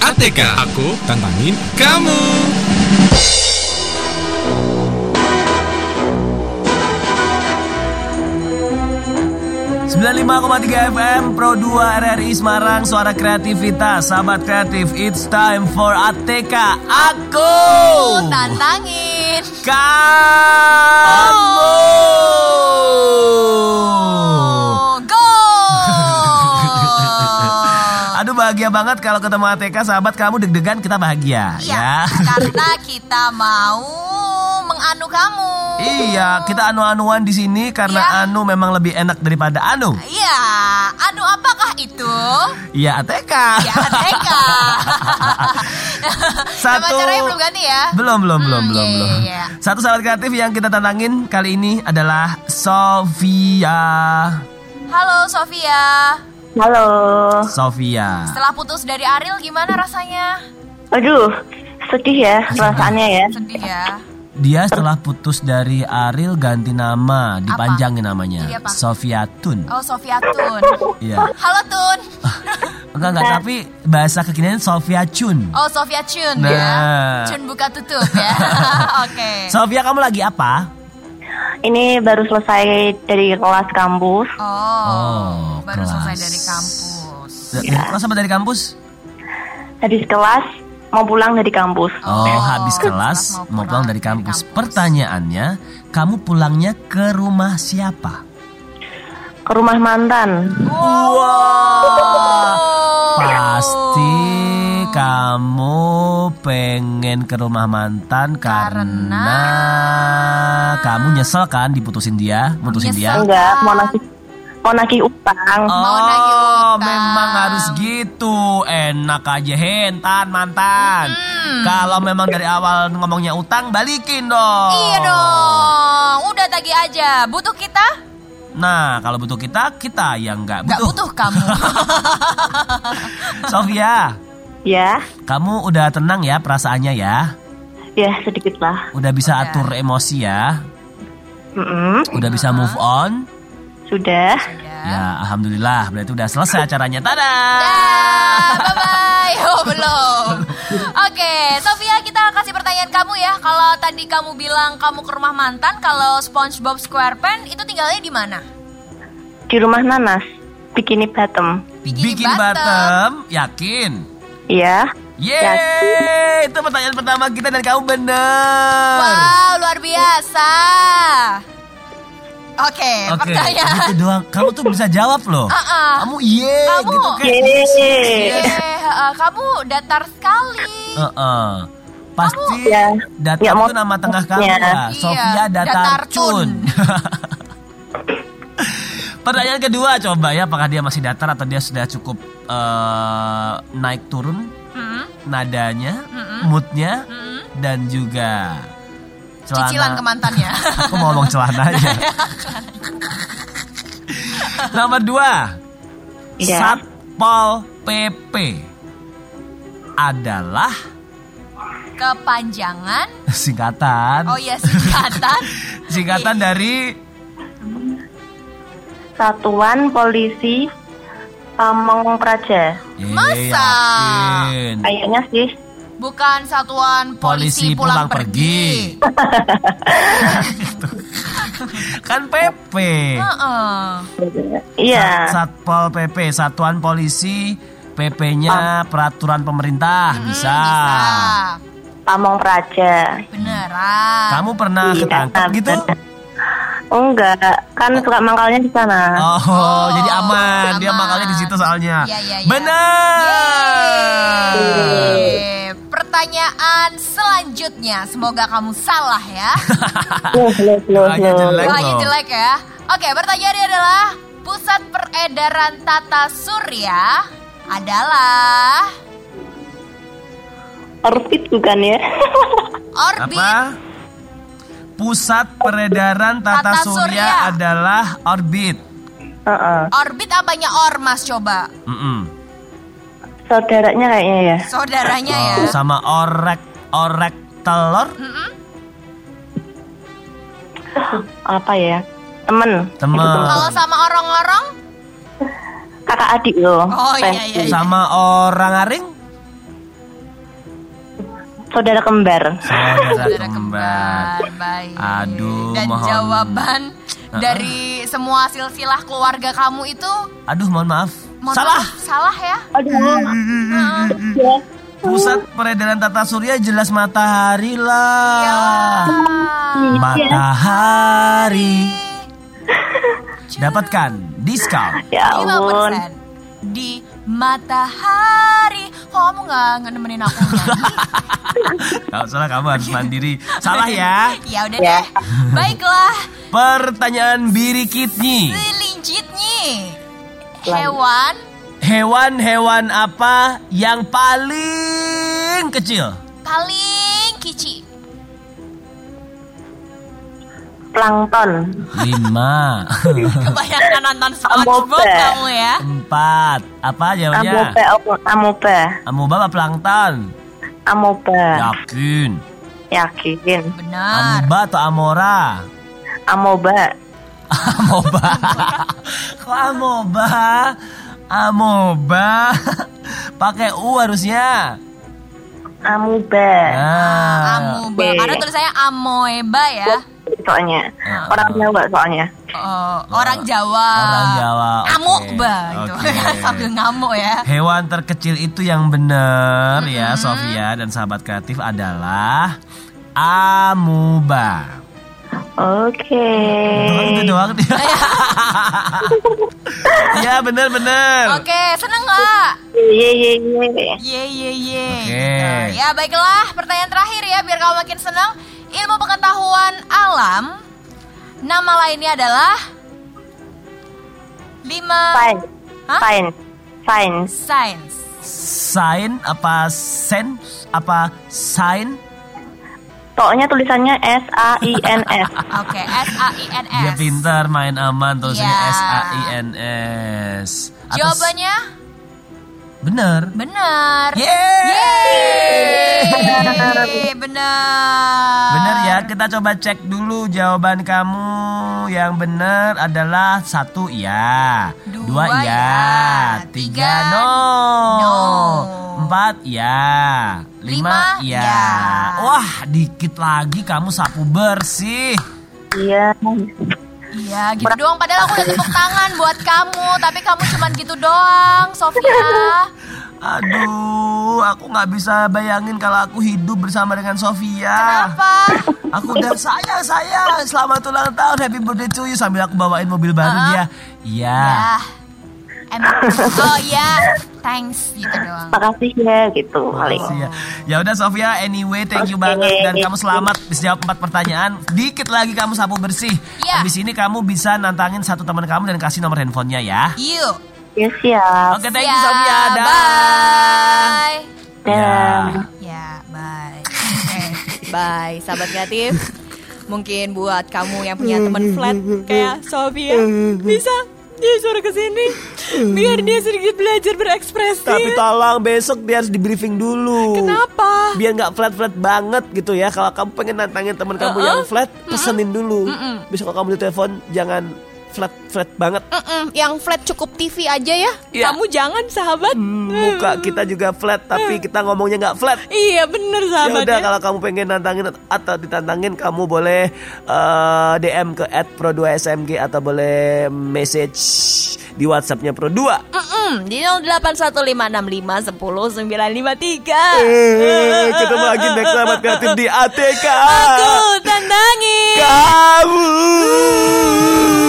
ATK. Aku tantangin kamu. 95,3 FM Pro 2 RRI Semarang, suara kreativitas. Sahabat kreatif, it's time for ATK. Aku tantangin kamu. Go. Aduh, bahagia banget kalau ketemu ATK. Sahabat, kamu deg-degan, kita bahagia. Ya, karena kita mau menganu kamu. Iya, kita anu-anuan di sini karena ya. anu memang lebih enak daripada anu. Iya, anu apakah itu? Iya, ATK. Ya, ATK. Satu. Nama caranya belum ganti ya? Belum. Iya. Satu sahabat kreatif yang kita tantangin kali ini adalah Sofia. Halo Sofia. Halo. Sofia. Setelah putus dari Ariel gimana rasanya? Aduh, sedih ya perasaannya ya. Sedih ya. Dia setelah putus dari Ariel ganti nama, dipanjangin namanya. Iya, Pak. Sofia Tun. Oh, Sofia Tun. Iya. Halo Tun. Enggak, tapi bahasa kekinian Sofia Chun. Oh, Sofia Chun Nah. ya. Chun buka tutup ya. Oke. Sofia, kamu lagi apa? Ini baru selesai dari kelas kampus. Oh, baru kelas. selesai dari kampus. Dari kelas apa dari kampus? Habis kelas mau pulang dari kampus. Oh, habis kelas mau pulang dari kampus. Pertanyaannya, kamu pulangnya ke rumah siapa? Ke rumah mantan. Wah, pasti kamu pengen ke rumah mantan karena kamu nyesel kan diputusin dia, mutusin dia. Enggak, mau nagih utang. Mau nagih Oh, utang. memang harus gitu. Enak aja hentan mantan. Kalau memang dari awal ngomongnya utang, balikin dong. Iya dong. Udah tagih aja. Butuh kita? Nah, kalau butuh kita yang nggak Gak butuh. butuh kamu. Sofia, Ya, kamu udah tenang ya perasaannya ya? ya sedikit lah. Udah bisa atur emosi ya? Udah bisa move on? Sudah. Ya, alhamdulillah. Berarti udah selesai acaranya. Tada! Bye-bye. Oh, belum. Oke, Sofia, kita kasih pertanyaan kamu ya. Kalau tadi kamu bilang kamu ke rumah mantan, kalau SpongeBob SquarePants itu tinggalnya di mana? Di rumah Nanas, Bikini Bottom. Bikin Bottom, yakin? Iya. Yeay, itu pertanyaan pertama kita dan kamu bener. Wow, luar biasa. Oke, pertanyaan. Gitu doang. Kamu tuh bisa jawab loh. Kamu Kamu- gitu kayak. Kamu datar sekali. Pasti Ya. Datar Ya, itu nama tengah kamu ya. Iya, Sofia Datar Datar Chun. Chun. Pertanyaan kedua coba ya, apakah dia masih datar atau dia sudah cukup naik turun nadanya, moodnya, dan juga celana. Cicilan ke mantannya. Aku mau ngomong celananya. Nomor 2, Iya. Satpol PP adalah Kepanjangan. singkatan. Oh iya, singkatan. Singkatan dari Satuan Polisi Pamong Praja. Masa? Yakin. Kayaknya sih. Bukan Satuan Polisi Pulang Pergi. Kan PP. Iya. Satpol PP, Satuan Polisi, PP-nya peraturan pemerintah, bisa. Pamong Praja. Beneran. Kamu pernah Iya, ketangkep gitu? bener. Enggak, kan suka mangkalnya di sana. Oh, jadi aman. Dia aman. makalnya di situ soalnya. Iya. Benar. Yeay. Pertanyaan selanjutnya, semoga kamu salah ya. Doanya jelek Doanya loh. jelek ya. Oke, pertanyaannya adalah pusat peredaran Tata Surya adalah Orbit bukan ya? orbit. Apa? Pusat peredaran Tata Tata Surya Surya. adalah orbit. Orbit apanya ormas coba? Saudaranya kayaknya ya. Saudaranya ya. Sama orek telur. Apa ya? Temen. Temen. Kalau sama orang-orang? Kakak adik loh. Oh iya. Sama orang aring. Saudara kembar. Saudara kembar. Baik. Aduh, Dan mohon. jawaban dari semua silsilah keluarga kamu itu Aduh, mohon maaf. mohon Salah. maaf, salah ya. Aduh. Ya. Pusat peredaran tata surya jelas matahari lah. Ya. Matahari. Dapatkan diskon. Ya ampun. 5% di matahari. Kok kamu nggak nemenin aku nyanyi? Kalau salah kamu harus mandiri. Salah ya. Ya udah Ya. deh. Baiklah. Pertanyaan birikitnyi. Selincitnya. Hewan Apa yang paling kecil? paling kici. Plankton. 5. Kebanyakan nonton SpongeBob Amoeba. kamu ya. 4. Apa jawabnya? Amoeba. Amoeba apa plankton? Amoeba. Yakin. Yakin. Benar. Amoeba atau amora? Amoeba. Amoeba. Kok amoeba? Amoeba. Pakai U harusnya. Amoeba. Nah. Amoeba. Oke. Karena tulisannya amoeba ya. Soalnya orang Jawa soalnya. Orang Jawa. Orang Jawa. Oke. Amoeba itu. Oke. Sambil ngamuk ya. Hewan terkecil itu yang benar ya Sofia dan sahabat kreatif adalah amoeba. Oke. Itu doang dia. Ya benar. Oke, seneng nggak? Ye. Ye. Oke. Gitu. Ya baiklah, pertanyaan terakhir ya biar kamu makin senang. Ilmu pengetahuan alam, nama lainnya adalah 5 Hah? Sains. Science. Sign apa sense apa sign? Pokoknya tulisannya SAINS. Oke, SAINS. Dia pintar main aman tulisannya Ya. SAINS. Jawabannya Benar. benar. Yeay. Yeay, benar. Benar ya, kita coba cek dulu jawaban kamu. Yang benar adalah 1 ya, 2 Dua ya, ya, 3 3 no, no. 4 ya, 5 5 ya. ya. Wah, dikit lagi kamu sapu bersih. Iya. Iya, gitu doang. Padahal aku udah tepuk tangan buat kamu, tapi kamu cuman gitu doang, Sofia. Aduh, aku nggak bisa bayangin kalau aku hidup bersama dengan Sofia. Kenapa? Aku udah sayang, selamat ulang tahun, happy birthday to you, sambil aku bawain mobil baru dia. Iya. Ya. Emang. Oh iya, thanks gitu doang. Makasih ya gitu paling. Makasih ya. Ya udah Sofia, anyway thank you Oke. banget dan kamu selamat bisa jawab 4 pertanyaan. Dikit lagi kamu sapu bersih. Iya. Habis ini kamu bisa nantangin satu teman kamu dan kasih nomor handphonenya ya. Yuk. Ya siap. Oke, thank you Sofia. Dah. Bye. Dan Ya, bye. Bye, sahabat kreatif. Mungkin buat kamu yang punya teman flat kayak Sofia, bisa disuruh ke sini biar dia sedikit belajar berekspresi. Tapi tolong besok dia harus di briefing dulu. Kenapa? Biar nggak flat banget gitu ya. Kalau kamu pengen nantangin teman kamu yang flat, pesenin dulu. Besok kalau kamu ditelepon jangan flat banget. Yang flat cukup TV aja ya. Iya. Kamu jangan sahabat. Muka kita juga flat tapi kita ngomongnya nggak flat. Iya bener Ya sahabat. udah, kalau kamu pengen nantangin atau ditantangin, kamu boleh DM ke @pro2smg atau boleh message di WhatsAppnya Pro2. Di 0815109953. Ketemu lagi next sahabat kreatif di ATK. Aku tantangin Kamu.